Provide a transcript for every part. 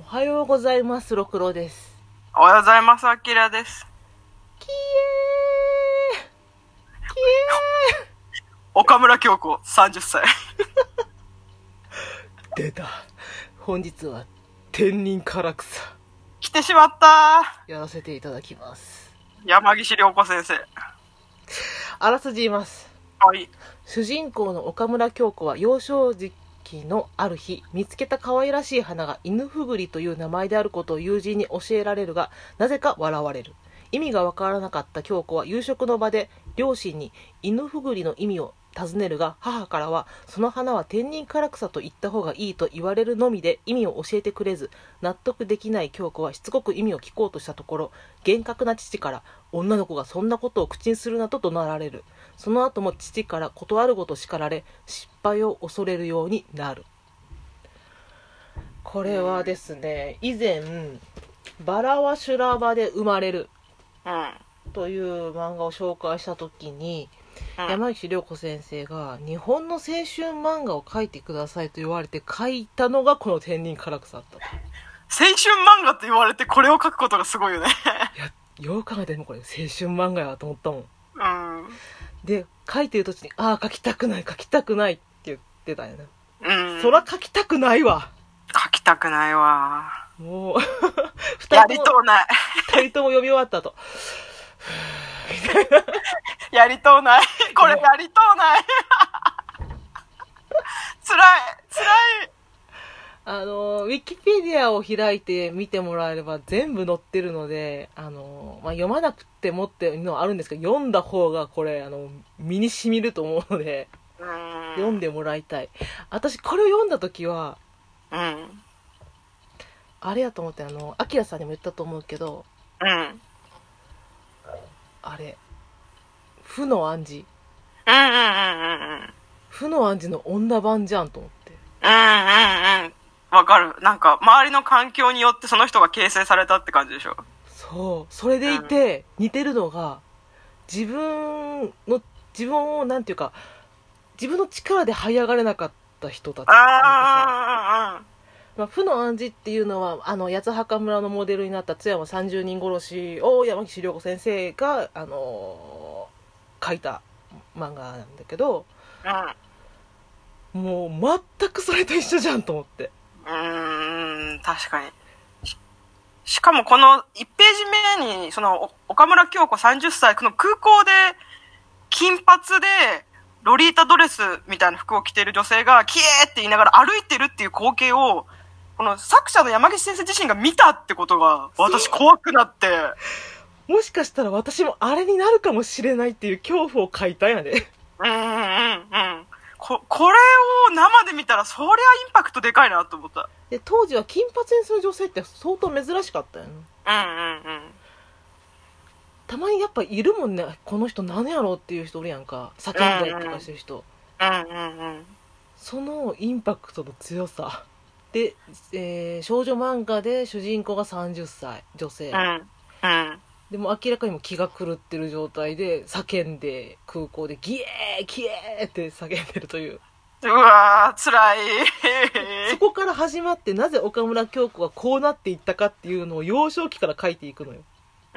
おはようございます。ろくろです。 おはようございます。あきらです。 きえーきえ岡村京子、30歳。 ー出た。本日は天人唐草来てしまったやらせていただきます。 山岸涼子先生。 あらすじ言います。 はい。 主人公の岡村京子は幼少時期のある日、見つけた可愛らしい花が犬ふぐりという名前であることを友人に教えられるが、なぜか笑われる。意味がわからなかった京子は夕食の場で両親に犬ふぐりの意味を尋ねるが、母からはその花は天人唐草と言った方がいいと言われるのみで意味を教えてくれず、納得できない京子はしつこく意味を聞こうとしたところ、厳格な父から女の子がそんなことを口にするなと怒鳴られる。その後も父から断るごと叱られ、失敗を恐れるようになる。これはですね、以前バラは修羅場で生まれるという漫画を紹介した時に、山岸涼子先生が日本の青春漫画を描いてくださいと言われて描いたのがこの天人唐草だった。 青春漫画って言われてこれを書くことがすごいよね。 いや、よく考えてもこれ青春漫画やと思ったもん。 うん。 で、描いてる途中に描きたくないって言ってたよね。 うん。 そら描きたくないわ。 書きたくないわ。 もうやりとうない。 二人とも読み終わったとやりとうない。これやりとうない。つらい。 ウィキペディアを開いて見てもらえれば全部載ってるので、読まなくてもっていうのはあるんですけど、読んだ方がこれ、身に染みると思うので、読んでもらいたい。私、これを読んだ時は、あれやと思って、アキラさんにも言ったと思うけど、あれ、負の暗示。負の暗示の女版じゃんと思って。 わかる。なんか、周りの環境によってその人が形成されたって感じでしょ。 そう。それでいて、似てるのが、自分を、なんていうか、自分の力で這い上がれなかった人たち。負の暗示っていうのは、八つ墓村のモデルになった津山30人殺しを山岸涼子先生が、書いた漫画なんだけど、もう全くそれと一緒じゃんと思って。 確かに。しかもこの1ページ目に、その岡村京子30歳、この空港で金髪でロリータドレスみたいな服を着ている女性がキエーって言いながら歩いてるっていう光景を、この作者の山岸先生自身が見たってことが私怖くなって、 もしかしたら私もあれになるかもしれないっていう恐怖を書いたんやで。 これを生で見たらそりゃインパクトでかいなと思った。 で、当時は金髪にする女性って相当珍しかったよね。たまにやっぱいるもんね。この人何やろうっていう人おるやんか。叫んだりとかしてる人。そのインパクトの強さで、少女漫画で主人公が30歳女性、でも明らかにも気が狂ってる状態で叫んで、空港でギエーギエーって叫んでるという。 うわー辛い。 そこから始まって、なぜ岡村京子がこうなっていったかっていうのを幼少期から書いていくのよ。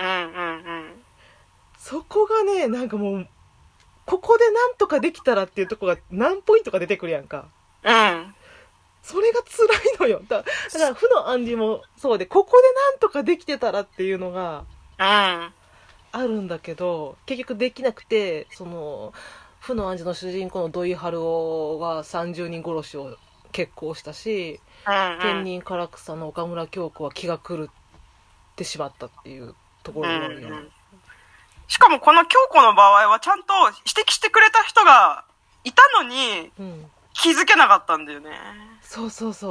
そこがね、なんかもうここでなんとかできたらっていうとこが何ポイントか出てくるやんか。それが辛いのよ。だから負の暗示もそうで、ここでなんとかできてたらっていうのがあるんだけど、結局できなくて、その負の暗示の主人公の土井春夫は30人殺しを決行したし、天人唐草の岡村京子は気が狂ってしまったっていうところがあるよ。 しかもこの京子の場合はちゃんと指摘してくれた人がいたのに気づけなかったんだよね。 そう。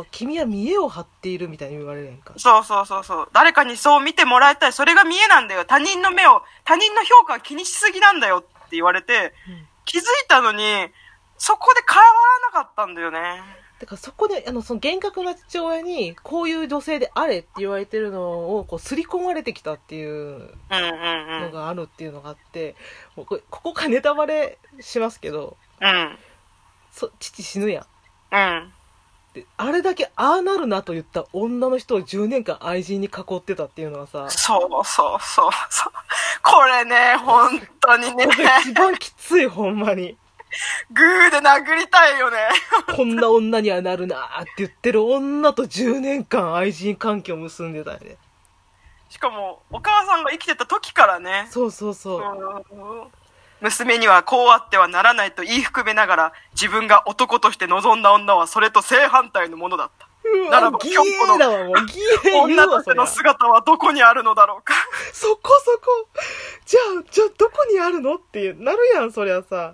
君は見栄を張っているみたいに言われるやんか。 そう。誰かにそう見てもらいたい。それが見栄なんだよ。他人の評価を気にしすぎなんだよって言われて、気づいたのに、そこで変わらなかったんだよね。 だからそこで、その厳格な父親に、こういう女性であれって言われてるのを、こう、刷り込まれてきたっていうのがあるっていうのがあって、ここからネタバレしますけど、父死ぬやん。 て、あれだけああなるなと言った女の人を10年間愛人に囲ってたっていうのはさ、 そうそうそうそう。これね、本当にね。 これ一番きつい、ほんまに。 グーで殴りたいよね。 こんな女にはなるなーって言ってる女と10年間愛人関係を結んでたよね。 しかも、お母さんが生きてた時からね。 そうそうそう。 娘にはこうあってはならないと言い含めながら、自分が男として望んだ女はそれと正反対のものだった。ならば、 ギエーだわ、もう。ギエー言女うわ、それとしての。姿はどこにあるのだろうか。 そこそこ。じゃあ、どこにあるのってなるやん、そりゃさ。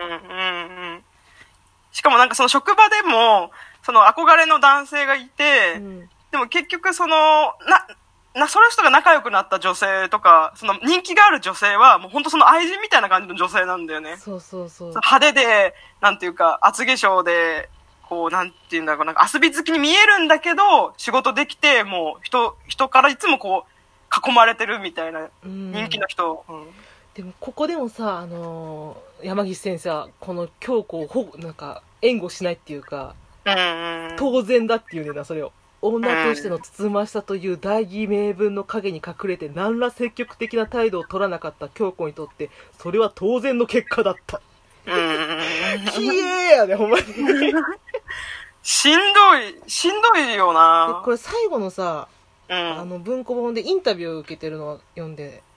しかもなんかその職場でも、その憧れの男性がいて、でも結局その、その人が仲良くなった女性とか、その人気がある女性は、もう本当その愛人みたいな感じの女性なんだよね。 そうそうそう。 派手で、なんていうか、厚化粧で、こう、なんていうんだろう、なんか遊び好きに見えるんだけど、仕事できて、もう人からいつもこう、囲まれてるみたいな、人気の人。 でも、ここでもさ、山岸先生は、この京子をなんか、援護しないっていうか、当然だっていうねんな、それを。女としてのつつましさという大義名分の陰に隠れて何ら積極的な態度を取らなかった京子にとってそれは当然の結果だった。きえーやね、ほんまに。 しんどいよな。 これ最後のさ、文庫本でインタビューを受けてるのを読んで、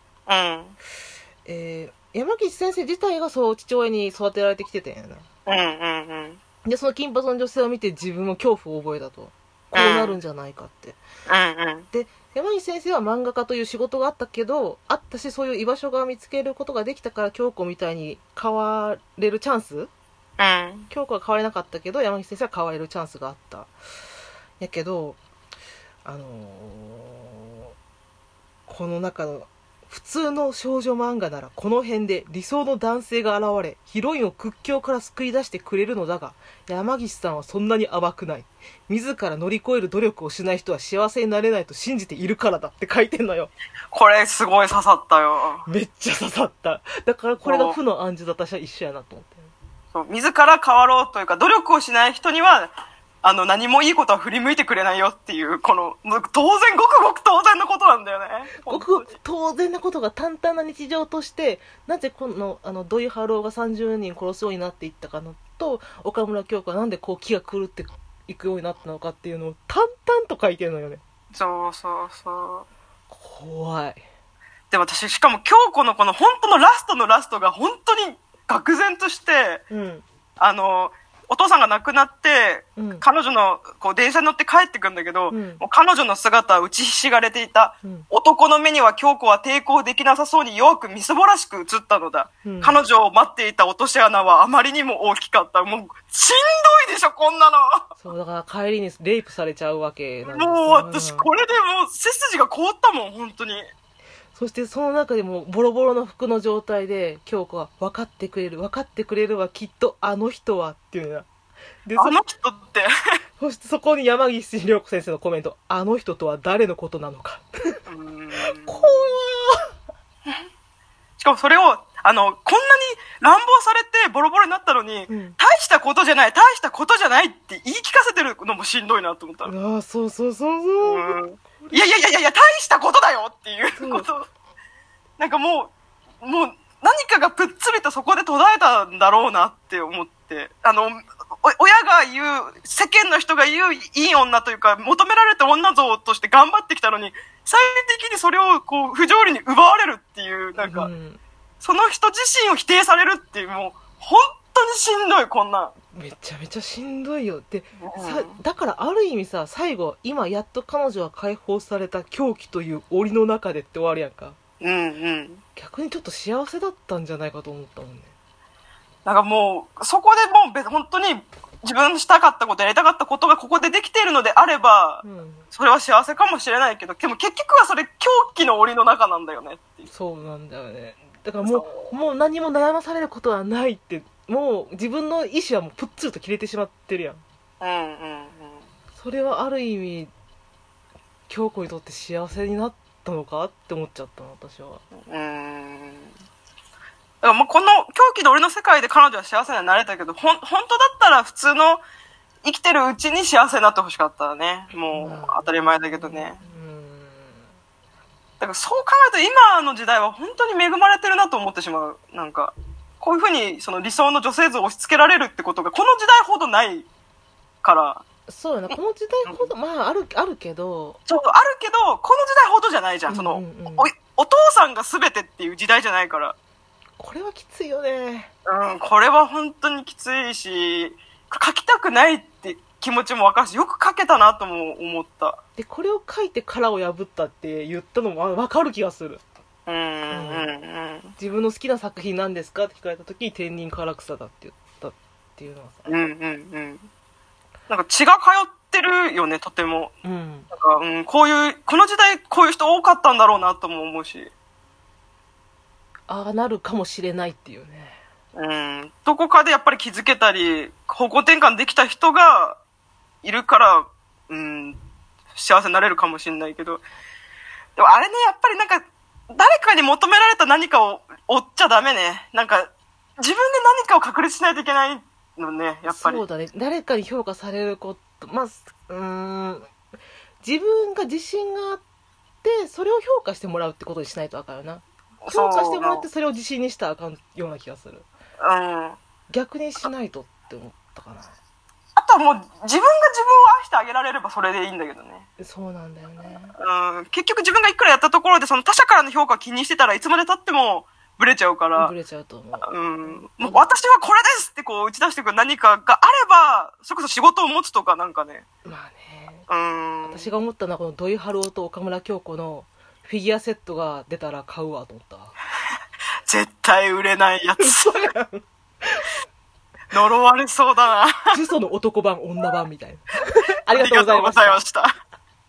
山岸先生自体がそう父親に育てられてきてたんやな。で、その金髪の女性を見て自分も恐怖を覚えたと。こうなるんじゃないかって。で、山岸先生は漫画家という仕事があったし、そういう居場所が見つけることができたから、京子みたいに変われるチャンス、京子は変われなかったけど、山岸先生は変われるチャンスがあった。やけど、この中の、普通の少女漫画ならこの辺で理想の男性が現れヒロインを屈強から救い出してくれるのだが、山岸さんはそんなに甘くない。自ら乗り越える努力をしない人は幸せになれないと信じているからだって書いてんのよ。 これすごい刺さったよ。 めっちゃ刺さった。だからこれが負の暗示だったしは一緒やなと思って。 そう、自ら変わろうというか努力をしない人には何もいいことは振り向いてくれないよっていう、この、当然、ごくごく当然のことなんだよね。 ごくごく当然なことが淡々な日常として、なぜこの、土井春夫が30人殺すようになっていったかのと、岡村京子がなんでこう気が狂っていくようになったのかっていうのを淡々と書いてるのよね。 そうそうそう。 怖い。 で、私、しかも京子のこの本当のラストのラストが本当に愕然として、お父さんが亡くなって、彼女のこう電車に乗って帰ってくんだけど、もう彼女の姿は打ちひしがれていた。男の目には京子は抵抗できなさそうに弱くみすぼらしく映ったのだ。彼女を待っていた落とし穴はあまりにも大きかった。もう、しんどいでしょ、こんなの。 そう、だから帰りにレイプされちゃうわけなんですよ。 もう私、これでもう背筋が凍ったもん、本当に。 そしてその中でもボロボロの服の状態で京子は分かってくれるはきっとあの人はっていうので、 あの人ってそしてそこに山岸涼子先生のコメント、あの人とは誰のことなのか怖ー。 しかもそれをこんなに乱暴されてボロボロになったのに、大したことじゃないって言い聞かせてるのもしんどいなと思った。 ああ、そう。 いや、大したことだよっていうこと。なんかもう何かがぷっつりとそこで途絶えたんだろうなって思って、親が言う、世間の人が言ういい女というか、求められた女像として頑張ってきたのに、最終的にそれをこう、不条理に奪われるっていう、なんか、その人自身を否定されるっていう、もう、本当にしんどい、こんなん。 めちゃめちゃしんどいよ。で、だからある意味さ、最後、今やっと彼女は解放された狂気という檻の中でって終わるやんか。逆にちょっと幸せだったんじゃないかと思ったもんね。 なんかもう、そこでもう本当に自分のしたかったこと、やりたかったことがここでできているのであれば、それは幸せかもしれないけど、でも結局はそれ狂気の檻の中なんだよねっていう。 そうなんだよね。だからもう何も悩まされることはないって、もう自分の意思はもうぷっつりと切れてしまってるやん。それはある意味、京子にとって幸せになったのかって思っちゃったの、私は。だからもうこの狂気の檻の世界で彼女は幸せにはなれたけど、本当だったら普通の生きてるうちに幸せになってほしかったね。もう当たり前だけどね。だからそう考えると今の時代は本当に恵まれてるなと思ってしまう。なんか、こういうふうにその理想の女性像を押し付けられるってことがこの時代ほどないから。 そうやな、この時代ほど、まああるけど。 そう、あるけど、この時代ほどじゃないじゃん。その、お父さんが全てっていう時代じゃないから。 これはきついよね。 これは本当にきついし、書きたくないって気持ちも分かるし、よく書けたなとも思った。 で、これを書いて殻を破ったって言ったのも分かる気がする。自分の好きな作品なんですかって聞かれた時に天人唐草だって言ったっていうのはさ。 なんか血が通ってるよね、とても。なんか、この時代こういう人多かったんだろうなとも思うし。 ああなるかもしれないっていうね。 どこかでやっぱり気づけたり、方向転換できた人がいるから、幸せになれるかもしれないけど。でもあれね、やっぱりなんか、誰かに求められた何かを追っちゃダメね。なんか、自分で何かを確立しないといけないのね、やっぱり。 そうだね。誰かに評価されること、まあ、自分が自信があって、それを評価してもらうってことにしないとあかんよな。評価してもらってそれを自信にしたらあかんような気がする。逆にしないとって思ったかな。 あとはもう自分が自分を愛してあげられればそれでいいんだけどね。 そうなんだよね。 結局自分がいくらやったところでその他者からの評価を気にしてたらいつまで経ってもブレちゃうから。 ブレちゃうと思う。 もう私はこれですってこう打ち出してくる何かがあれば、それこそ仕事を持つとかなんかね。 まあね。私が思ったのはこの土井春夫と岡村京子のフィギュアセットが出たら買うわと思った。 絶対売れないやつ。呪われそうだな。 呪詛の男版女版みたいな。ありがとうございました。